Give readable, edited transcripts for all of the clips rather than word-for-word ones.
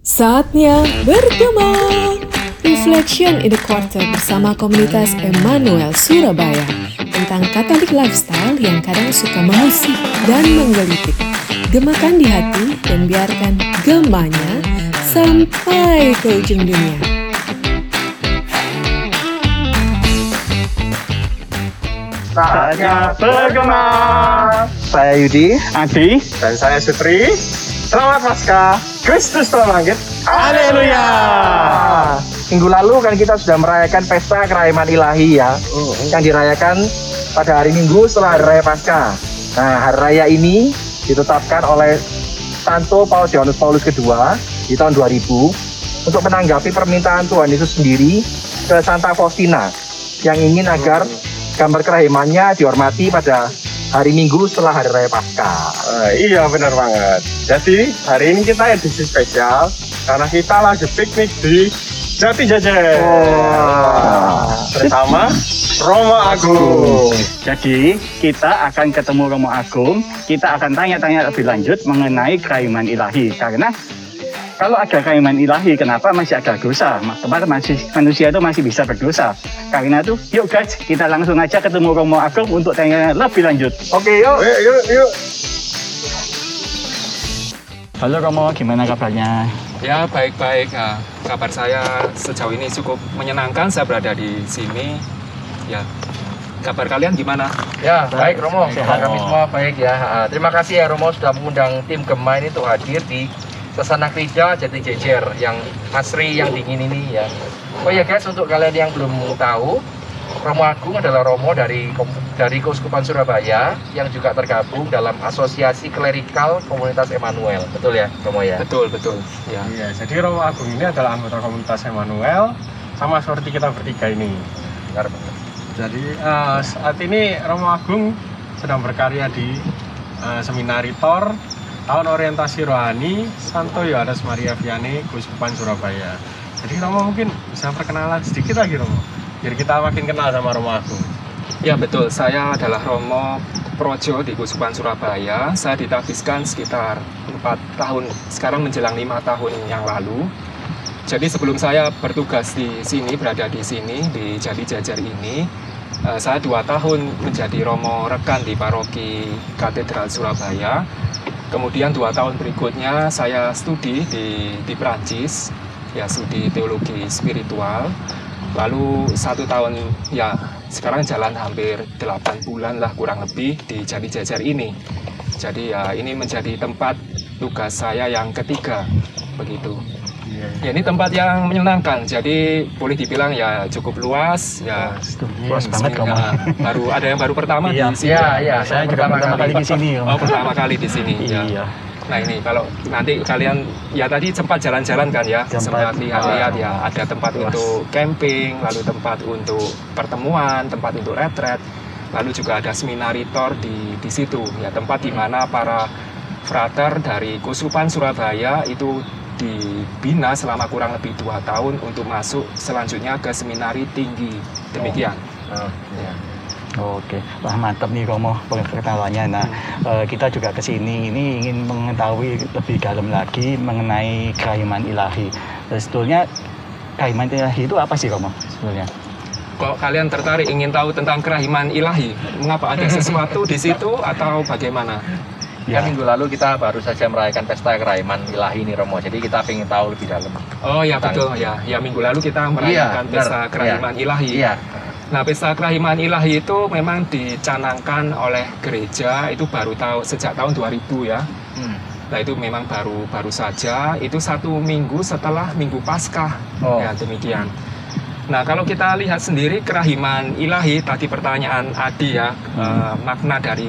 Saatnya bergema. Reflection in the Quarter bersama komunitas Emmanuel Surabaya tentang Katolik lifestyle yang kadang suka mengusik dan menggelitik. Gemakan di hati dan biarkan gemanya sampai ke ujung dunia. Saatnya bergema. Saya Yudi, Adi, dan saya Sutri. Selamat Paskah, Kristus telah bangkit. Haleluya. Minggu lalu kan kita sudah merayakan pesta kerahiman ilahi ya, yang dirayakan pada hari Minggu setelah hari raya Paskah. Nah, hari raya ini ditetapkan oleh Santo Paus Yohanes Paulus II di tahun 2000 untuk menanggapi permintaan Tuhan Yesus sendiri ke Santa Faustina yang ingin agar gambar kerahimannya dihormati pada hari Minggu setelah hari raya Paskah. Iya benar banget. Jadi hari ini kita edisi spesial karena kita lagi piknik di Jati Jajar bersama Romo Agung. Jadi kita akan ketemu Romo Agung, kita akan tanya-tanya lebih lanjut mengenai kerahiman ilahi. Karena kalau ada kerahiman ilahi, kenapa masih ada dosa? Manusia itu masih bisa berdosa. Karena itu, yuk guys, kita langsung aja ketemu Romo Agung untuk tanya lebih lanjut. Oke, yuk. Yuk. Halo Romo, gimana kabarnya? Ya, baik-baik. Nah, kabar saya sejauh ini cukup menyenangkan. Saya berada di sini. Ya, kabar kalian gimana? Ya, baik Romo. Sehat. Kami semua baik ya. Terima kasih ya Romo sudah mengundang tim Gema ini untuk hadir di Kesana Gereja Jati Jejer yang asri, yang dingin ini ya. Oh ya guys, untuk kalian yang belum tahu, Romo Agung adalah Romo dari Keuskupan Surabaya yang juga tergabung dalam Asosiasi Klerikal Komunitas Emmanuel. Betul ya, Romo ya? Betul. Ya. Iya, jadi Romo Agung ini adalah anggota komunitas Emmanuel sama seperti kita bertiga ini. Benar banget. Jadi saat ini Romo Agung sedang berkarya di Seminari Tor Tahun Orientasi Rohani Santo Yohanes Maria Vianney Keuskupan Surabaya. Jadi Romo mungkin bisa perkenalan sedikit lagi Romo, biar kita makin kenal sama Romo Agung. Ya, betul. Saya adalah Romo Projo di Keuskupan Surabaya. Saya ditabiskan sekitar 4 tahun, sekarang menjelang 5 tahun yang lalu. Jadi sebelum saya bertugas di sini, berada di sini, di Jati Jajar ini, saya 2 tahun menjadi Romo Rekan di Paroki Katedral Surabaya. Kemudian 2 tahun berikutnya saya studi di Prancis, ya studi teologi spiritual. Lalu 1 tahun, ya sekarang jalan hampir 8 bulan lah kurang lebih di Jati Jajar ini. Jadi ya ini menjadi tempat tugas saya yang ketiga, begitu. Ya, ini tempat yang menyenangkan, jadi boleh dibilang ya cukup luas, ya Luas banget Romo. baru ada yang baru pertama di sini. Iya, Saya juga pertama kali di sini. Romo. Oh, pertama kali di sini. Ya. Iya. Nah ini kalau nanti kalian ya tadi sempat jalan-jalan kan ya, sempat lihat-lihat ya, ada tempat untuk camping, lalu tempat untuk pertemuan, tempat untuk retret, lalu juga ada seminaritor di situ, ya tempat di mana para frater dari Keuskupan Surabaya itu dibina selama kurang lebih 2 tahun untuk masuk selanjutnya ke seminari tinggi, demikian. Ya. Oke, wah mantap nih Romo perkenalannya. Nah, kita juga ke sini ini ingin mengetahui lebih dalam lagi mengenai kerahiman ilahi. Sebetulnya kerahiman ilahi itu apa sih Romo sebenarnya? Kok kalian tertarik ingin tahu tentang kerahiman ilahi? Mengapa ada sesuatu di situ atau bagaimana? Ya, minggu lalu kita baru saja merayakan pesta kerahiman ilahi nih Romo. Jadi kita ingin tahu lebih dalam. Oh ya betul ya. Ya minggu lalu kita merayakan pesta kerahiman ilahi. Iya. Nah, pesta kerahiman ilahi itu memang dicanangkan oleh gereja itu baru sejak tahun 2000 ya. Nah, itu memang baru saja, itu 1 minggu setelah Minggu Paskah. Ya, demikian. Nah, kalau kita lihat sendiri kerahiman ilahi, tadi pertanyaan Adi ya, makna dari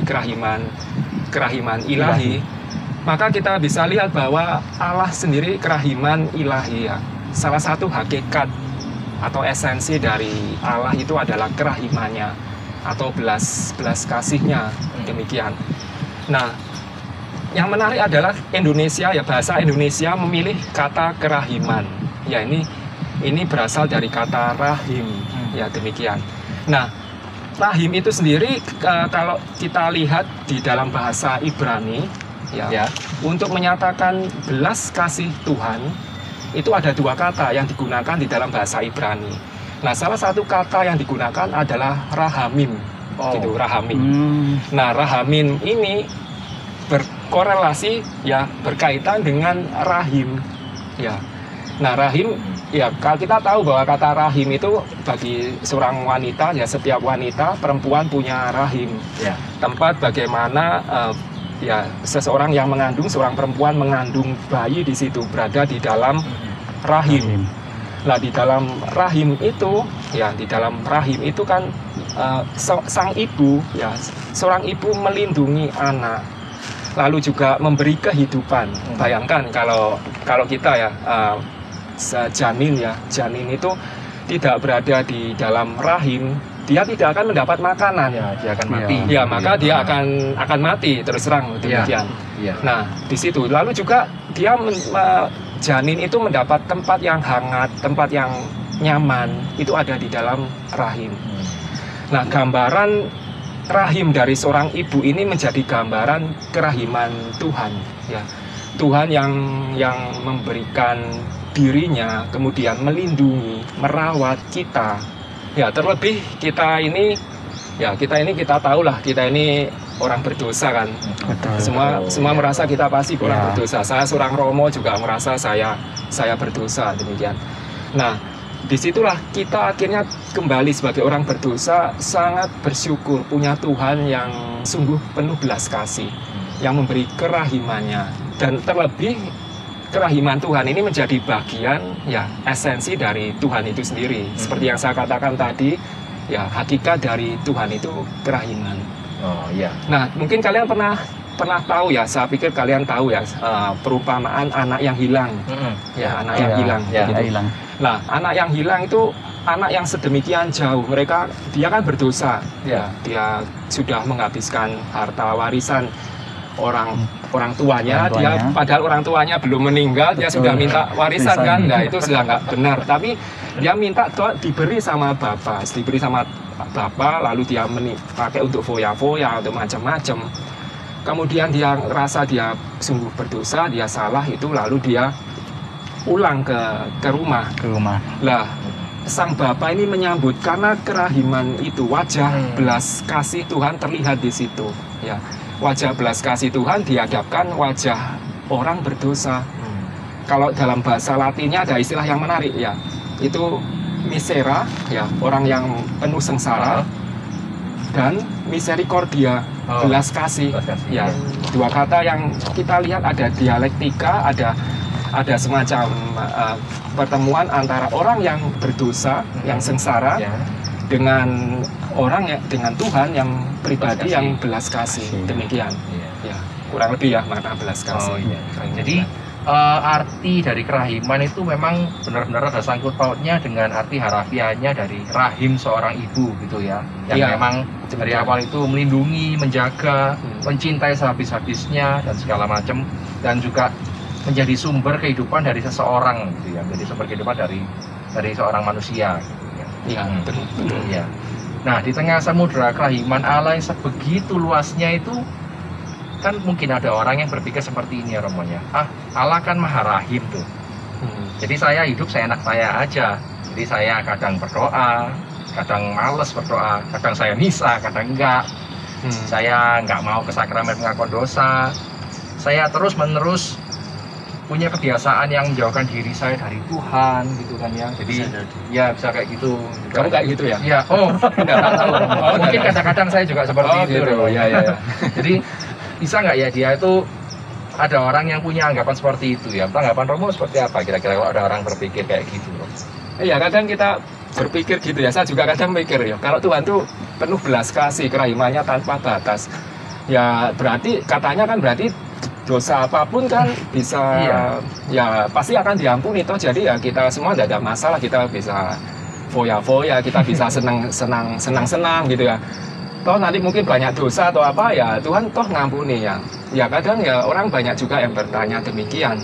kerahiman ilahi, maka kita bisa lihat bahwa Allah sendiri kerahiman ilahi ya. Salah satu hakikat atau esensi dari Allah itu adalah kerahimannya atau belas kasihnya, demikian. Nah, yang menarik adalah Indonesia ya, bahasa Indonesia memilih kata kerahiman. Ya ini berasal dari kata rahim, ya demikian. Nah, rahim itu sendiri kalau kita lihat di dalam bahasa Ibrani ya, untuk menyatakan belas kasih Tuhan itu ada dua kata yang digunakan di dalam bahasa Ibrani. Nah, salah satu kata yang digunakan adalah rahamim, gitu, rahamim. Nah, rahamim ini berkorelasi ya, berkaitan dengan rahim, ya. Nah, rahim, ya, kalau kita tahu bahwa kata rahim itu bagi seorang wanita, ya, setiap wanita perempuan punya rahim, Ya. tempat bagaimana ya, seseorang yang mengandung, seorang perempuan mengandung bayi di situ, berada di dalam rahim. Nah, di dalam rahim itu, ya, di dalam rahim itu kan sang ibu, ya, seorang ibu melindungi anak, lalu juga memberi kehidupan. Bayangkan kalau kita ya, janin ya, janin itu tidak berada di dalam rahim, dia tidak akan mendapat makanan. Ya, dia akan mati. Ya, maka dia akan mati, terus terang demikian. Iya. Nah, di situ lalu juga dia janin itu mendapat tempat yang hangat, tempat yang nyaman, itu ada di dalam rahim. Nah, gambaran rahim dari seorang ibu ini menjadi gambaran kerahiman Tuhan, ya. Tuhan yang memberikan dirinya, kemudian melindungi, merawat kita. Ya, terlebih kita ini kita tahulah, kita ini orang berdosa kan. Semua merasa kita pasti orang berdosa. Saya seorang Romo juga merasa saya berdosa, demikian. Nah, disitulah kita akhirnya kembali sebagai orang berdosa, sangat bersyukur punya Tuhan yang sungguh penuh belas kasih, yang memberi kerahimannya. Dan terlebih kerahiman Tuhan ini menjadi bagian, ya, esensi dari Tuhan itu sendiri. Seperti yang saya katakan tadi, ya, hakikat dari Tuhan itu kerahiman. Oh iya. Nah, mungkin kalian pernah tahu ya, saya pikir kalian tahu ya, perumpamaan anak yang hilang. Ya, anak yang hilang. Ya, begitu. hilang. Nah, anak yang hilang itu anak yang sedemikian jauh. Dia kan berdosa. Ya, dia sudah menghabiskan harta warisan orang tuanya. Dia padahal orang tuanya belum meninggal, dia sudah minta warisan kan. Nah, itu sudah nggak benar. Tapi dia minta diberi sama bapak, lalu dia pakai untuk foya-foya, untuk macam-macam. Kemudian dia rasa dia sungguh berdosa, dia salah itu, lalu dia pulang ke rumah. Lah, sang bapak ini menyambut karena kerahiman itu, wajah belas kasih Tuhan terlihat di situ, ya. Wajah belas kasih Tuhan dihadapkan wajah orang berdosa. Kalau dalam bahasa Latinnya ada istilah yang menarik, ya. Itu misera, ya, orang yang penuh sengsara, dan misericordia, belas kasih. Ya, dua kata yang kita lihat ada dialektika, ada semacam pertemuan antara orang yang berdosa, yang sengsara, dengan dengan Tuhan yang pribadi yang belas kasih. Demikian. Ya, kurang lebih ya makna belas kasih. Jadi arti dari kerahiman itu memang benar-benar ada sangkut pautnya dengan arti harafiahnya dari rahim seorang ibu gitu ya, yang memang dari awal itu melindungi, menjaga, mencintai sehabis-habisnya dan segala macam, dan juga menjadi sumber kehidupan dari seseorang gitu ya, menjadi sumber kehidupan dari seorang manusia gitu ya. Iya, betul. Ya. Nah, di tengah samudera kerahiman Allah yang sebegitu luasnya itu, kan mungkin ada orang yang berpikir seperti ini ya, Romonya. Allah kan maha rahim tuh. Jadi saya hidup seenak saya aja. Jadi saya kadang berdoa, kadang males berdoa, kadang saya misa, kadang enggak. Saya enggak mau ke sakramen pengakuan dosa. Saya terus-menerus punya kebiasaan yang menjauhkan diri saya dari Tuhan gitu kan ya. Jadi ya bisa kayak gitu. Kamu kayak gitu ya? Iya. Enggak tahu. Mungkin kadang-kadang saya juga seperti itu. Gitu. Ya. Jadi bisa nggak ya dia itu, ada orang yang punya anggapan seperti itu ya? Tanggapan Romo seperti apa kira-kira kalau ada orang berpikir kayak gitu, Romo? Iya, kadang kita berpikir gitu ya. Saya juga kadang mikir ya, kalau Tuhan tuh penuh belas kasih, kerahimannya tanpa batas. Ya berarti katanya kan berarti dosa apapun kan bisa ya pasti akan diampuni toh. Jadi ya kita semua tidak ada masalah, kita bisa foya-foya, kita bisa senang-senang gitu ya. Toh nanti mungkin banyak dosa atau apa ya Tuhan toh ngampuni ya. Ya kadang ya orang banyak juga yang bertanya demikian.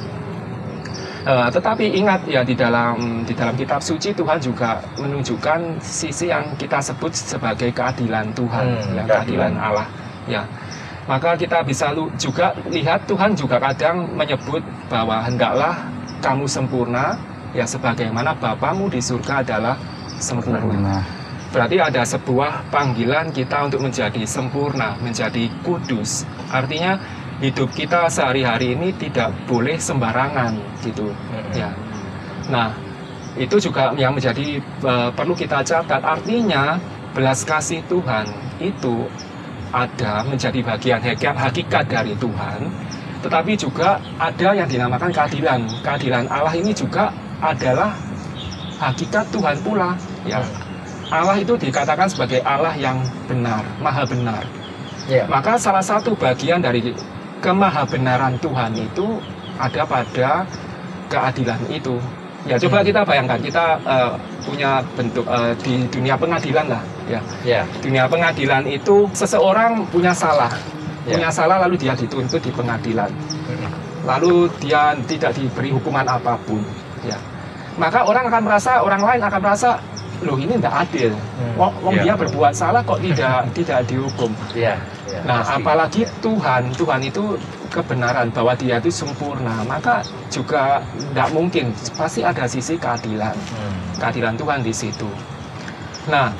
Tetapi ingat ya di dalam kitab suci Tuhan juga menunjukkan sisi yang kita sebut sebagai keadilan Tuhan, ya, keadilan Allah. Ya, maka kita bisa juga lihat Tuhan juga kadang menyebut bahwa hendaklah kamu sempurna, ya sebagaimana Bapamu di surga adalah sempurna. Berarti ada sebuah panggilan kita untuk menjadi sempurna, menjadi kudus. Artinya hidup kita sehari-hari ini tidak boleh sembarangan gitu. Ya. Nah, itu juga yang menjadi perlu kita catat. Artinya belas kasih Tuhan itu ada menjadi bagian hakikat dari Tuhan, tetapi juga ada yang dinamakan keadilan. Keadilan Allah ini juga adalah hakikat Tuhan pula. Ya. Allah itu dikatakan sebagai Allah yang benar, maha benar. Maka salah satu bagian dari kemahabenaran Tuhan itu ada pada keadilan itu. Ya, coba kita bayangkan, kita punya bentuk di dunia pengadilan lah, ya. Dunia pengadilan itu seseorang punya salah lalu dia dituntut di pengadilan, lalu dia tidak diberi hukuman apapun, ya. Maka orang lain akan merasa, loh ini tidak adil. Dia berbuat salah kok tidak dihukum. Nah, pasti. Apalagi Tuhan itu kebenaran bahwa dia itu sempurna, maka juga tidak mungkin, pasti ada sisi keadilan. Keadilan Tuhan di situ. Nah,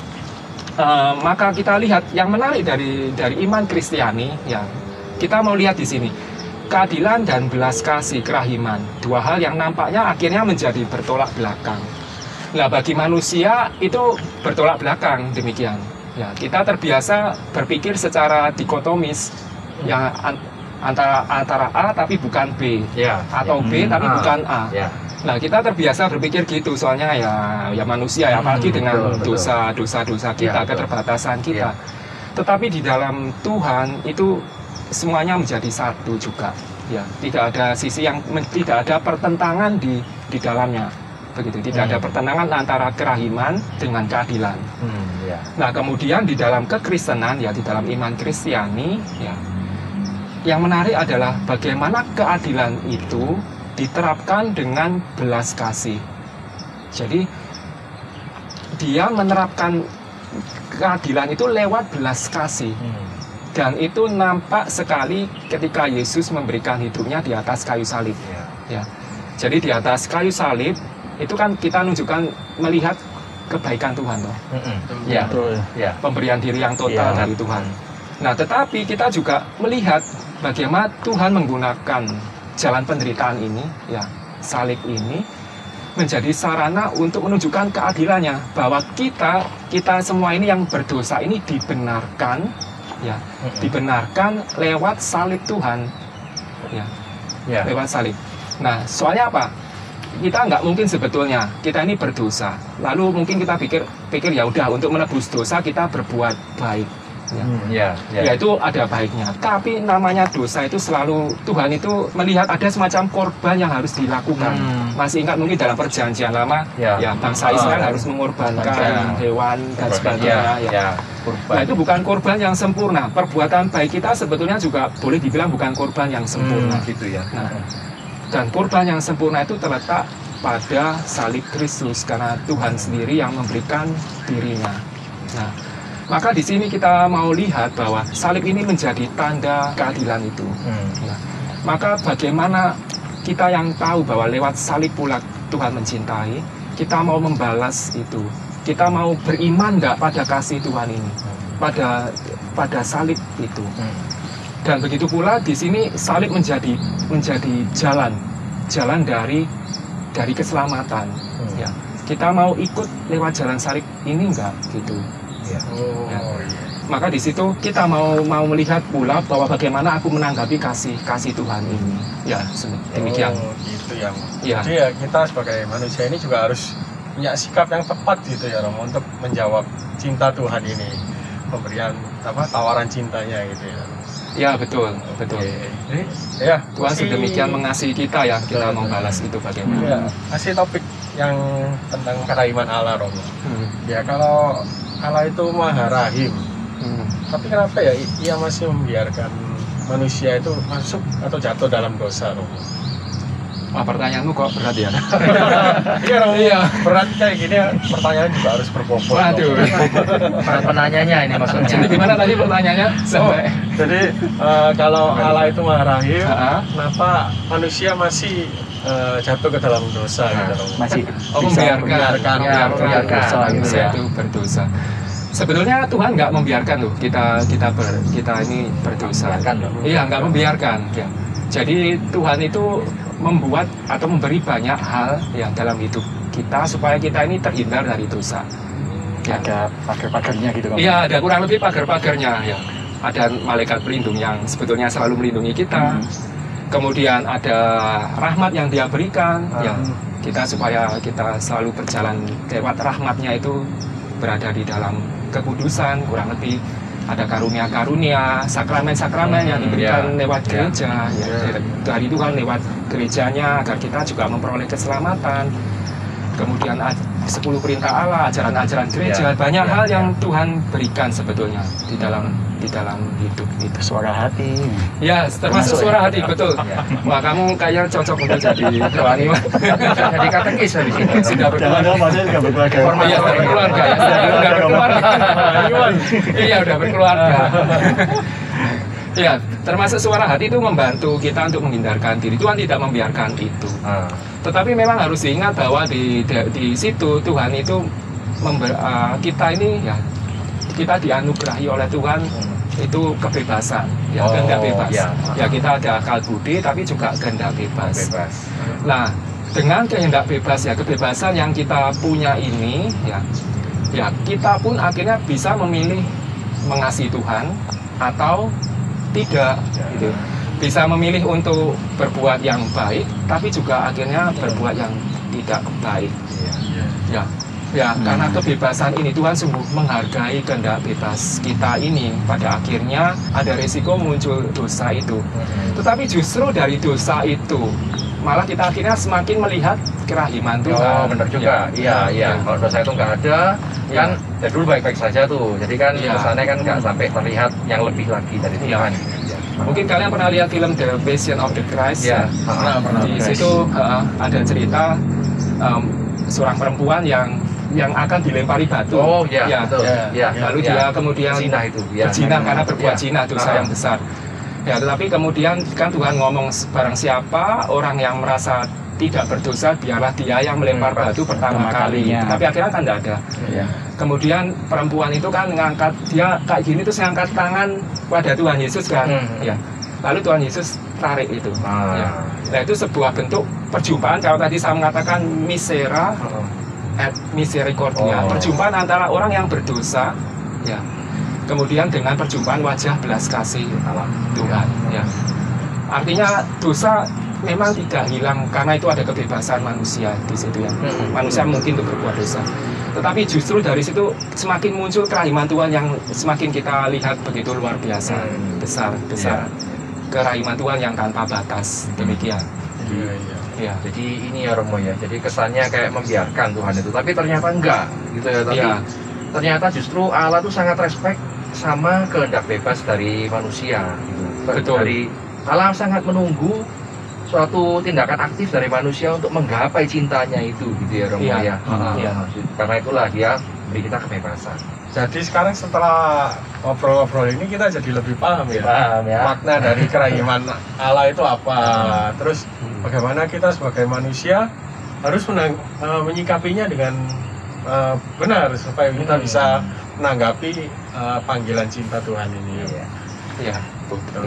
maka kita lihat yang menarik dari iman Kristiani, ya. Kita mau lihat di sini. Keadilan dan belas kasih, kerahiman, dua hal yang nampaknya akhirnya menjadi bertolak belakang. Nah, bagi manusia itu bertolak belakang demikian. Ya, kita terbiasa berpikir secara dikotomis, yang antara A tapi bukan B, atau B tapi bukan A. Nah, kita terbiasa berpikir gitu, soalnya ya manusia, ya, apalagi dengan dosa kita, keterbatasan kita. Tetapi di dalam Tuhan itu semuanya menjadi satu juga. Ya, tidak ada sisi tidak ada pertentangan di dalamnya. Begitu, tidak ada pertentangan antara kerahiman dengan keadilan. Nah, kemudian di dalam kekristenan, ya, di dalam iman Kristiani, ya, yang menarik adalah bagaimana keadilan itu diterapkan dengan belas kasih. Jadi dia menerapkan keadilan itu lewat belas kasih. Dan itu nampak sekali ketika Yesus memberikan hidupnya di atas kayu salib. Ya. Jadi di atas kayu salib itu kan kita menunjukkan melihat kebaikan Tuhan, toh. Pemberian diri yang total dari Tuhan. Nah, tetapi kita juga melihat bagaimana Tuhan menggunakan jalan penderitaan ini, ya, salib ini menjadi sarana untuk menunjukkan keadilannya, bahwa kita semua ini yang berdosa ini dibenarkan, ya, dibenarkan lewat salib Tuhan, ya, lewat salib. Nah, soalnya apa? Kita nggak mungkin sebetulnya kita ini berdosa, lalu mungkin kita pikir ya udah, untuk menebus dosa kita berbuat baik, ya itu ada baiknya. Tapi namanya dosa itu selalu Tuhan itu melihat ada semacam korban yang harus dilakukan. Masih ingat mungkin dalam perjanjian lama, ya, bangsa Israel harus mengorbankan hewan dan sebagainya. Nah, itu bukan korban yang sempurna. Perbuatan baik kita sebetulnya juga boleh dibilang bukan korban yang sempurna, gitu ya. Nah, dan korban yang sempurna itu terletak pada salib Kristus, karena Tuhan sendiri yang memberikan dirinya. Nah, maka di sini kita mau lihat bahwa salib ini menjadi tanda keadilan itu. Ya. Maka bagaimana kita yang tahu bahwa lewat salib pula Tuhan mencintai, kita mau membalas itu. Kita mau beriman enggak pada kasih Tuhan ini, pada salib itu. Dan begitu pula di sini salib menjadi jalan dari keselamatan. Ya. Kita mau ikut lewat jalan salib ini enggak, gitu. Ya. Maka di situ kita mau melihat pula bahwa bagaimana aku menanggapi kasih Tuhan ini. Ya, demikian. Gitu ya. Jadi ya kita sebagai manusia ini juga harus punya sikap yang tepat gitu ya, Romo, untuk menjawab cinta Tuhan ini, pemberian tawaran cintanya gitu ya. Ya, betul. Jadi, ya, Tuhan sedemikian mengasihi kita, ya, kita mau balas itu bagaimana. Ya, masih topik yang tentang kerahiman Allah, Romo. Ya, kalau Allah itu Maha Rahim, tapi kenapa ya Ia masih membiarkan manusia itu masuk atau jatuh dalam dosa, Romo? Wah, pertanyaanmu kok berat ya? Iya, Romo. Berat kayak gini, pertanyaan juga harus berbobot. Waduh. Penanyanya ini maksudnya. Jadi gimana tadi pertanyaannya? Jadi kalau Allah itu Maha Rahim, kenapa manusia masih jatuh ke dalam dosa gitu loh. Masih membiarkan dosa, manusia itu berdosa. Sebetulnya Tuhan nggak membiarkan loh kita ini berdosa. Iya, nggak membiarkan. Ya. Jadi Tuhan itu membuat atau memberi banyak hal ya dalam hidup kita supaya kita ini terhindar dari dosa. Ya. Ada pagar-pagarnya gitu kan? Iya, ada kurang lebih pagar-pagarnya ya. Ada malaikat pelindung yang sebetulnya selalu melindungi kita. Kemudian ada rahmat yang Dia berikan ya. Kita supaya kita selalu berjalan lewat rahmatnya itu berada di dalam kekudusan, kurang lebih ada karunia-karunia, sakramen-sakramen yang diberikan lewat gereja ya. Dari Tuhan lewat gerejanya agar kita juga memperoleh keselamatan. Kemudian 10 perintah Allah, ajaran-ajaran gereja, banyak hal yang Tuhan berikan sebetulnya di dalam hidup itu. Suara hati. Ya, termasuk suara hati, betul. Wah, kamu kayaknya cocok untuk jadi rohani. Jadi katekis habis ini. Sudah berkeluarga. Maksudnya juga berkeluarga. Iya, sudah berkeluarga. Sudah berkeluarga. Iya, udah berkeluarga. Ya, termasuk suara hati itu membantu kita untuk menghindarkan diri. Tuhan tidak membiarkan itu. Tetapi memang harus diingat bahwa di situ Tuhan itu kita ini ya kita dianugerahi oleh Tuhan itu kebebasan, ya kehendak bebas. Ya kita ada akal budi tapi juga kehendak bebas. Nah, dengan kehendak bebas ya kebebasan yang kita punya ini ya kita pun akhirnya bisa memilih mengasihi Tuhan atau tidak gitu. Bisa memilih untuk berbuat yang baik tapi juga akhirnya berbuat yang tidak baik. Ya, karena kebebasan ini Tuhan sungguh menghargai kehendak bebas kita ini. Pada akhirnya ada resiko muncul dosa itu. Tetapi justru dari dosa itu malah kita akhirnya semakin melihat kerahiman Tuhan. Oh, benar juga. Iya. Kalau dosa itu nggak ada, kan ya dulu baik-baik saja tuh. Jadi kan kesannya kan nggak sampai terlihat yang lebih lagi dari Tuhan. Mungkin kalian pernah lihat film The Passion of the Christ. Ya, pernah. Di situ ada cerita seorang perempuan yang akan dilempari batu. Oh iya, betul. Lalu dia kemudian berzina itu. Berzina karena berbuat zina, dosa yang besar. Ya, tetapi kemudian kan Tuhan ngomong barang siapa orang yang merasa tidak berdosa biarlah dia yang melempar batu pertama kali. Tapi akhirnya kan tidak ada. Kemudian perempuan itu kan ngangkat dia kayak gini terus ngangkat tangan pada Tuhan Yesus kan. Ya. Lalu Tuhan Yesus tarik itu. Nah, itu sebuah bentuk perjumpaan. Kalau tadi saya mengatakan misera et misericordia, perjumpaan antara orang yang berdosa ya. Kemudian dengan perjumpaan wajah belas kasih Allah Tuhan ya. Artinya dosa memang tidak hilang karena itu ada kebebasan manusia di situ ya. Manusia mungkin untuk berbuat dosa. Tetapi justru dari situ semakin muncul kerahiman Tuhan yang semakin kita lihat begitu luar biasa, besar. Kerahiman Tuhan yang tanpa batas. Demikian. Ya. Jadi ini ya Romo ya. Jadi kesannya kayak membiarkan Tuhan itu, tapi ternyata enggak gitu ya. Tapi ternyata justru Allah tuh sangat respect sama kehendak bebas dari manusia gitu. Betul. Dari Allah sangat menunggu suatu tindakan aktif dari manusia untuk menggapai cintanya itu gitu ya Romo ya. Karena itulah dia beri kita kebebasan. Jadi sekarang setelah ngobrol-ngobrol ini kita jadi lebih paham ya. Makna dari kerahiman Allah itu apa. Terus bagaimana kita sebagai manusia harus menyikapinya dengan benar supaya kita bisa menanggapi panggilan cinta Tuhan ini. Iya, betul.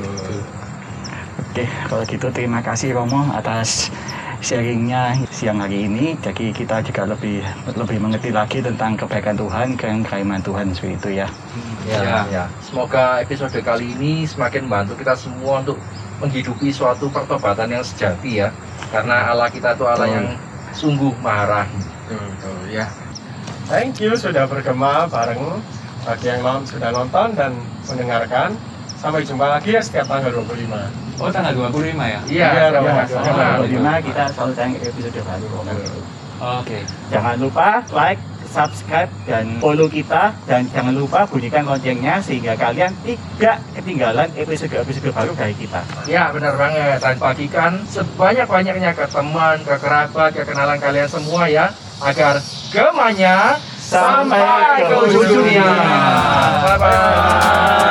Oke, kalau gitu terima kasih Romo atas sharingnya siang hari ini. Jadi kita juga lebih mengerti lagi tentang kebaikan Tuhan dan kerahiman Tuhan seperti itu ya. Ya. Semoga episode kali ini semakin membantu kita semua untuk menghidupi suatu pertobatan yang sejati ya. Karena Allah kita itu Allah yang sungguh maha rahim. Betul ya. Thank you sudah bergema bareng bagi yang sudah nonton dan mendengarkan. Sampai jumpa lagi ya setiap tanggal 25. Oh, tanggal 25 ya? Iya, tanggal 25 kita selalu tayang episode baru. Oke. Jangan lupa like, subscribe, dan follow kita. Dan jangan lupa bunyikan loncengnya sehingga kalian tidak ketinggalan episode-episode baru dari kita. Ya, benar banget. Dan bagikan sebanyak-banyaknya ke teman, ke kerabat, ke kenalan kalian semua ya. Agar gemanya sampai ke ujung dunia. Bye-bye.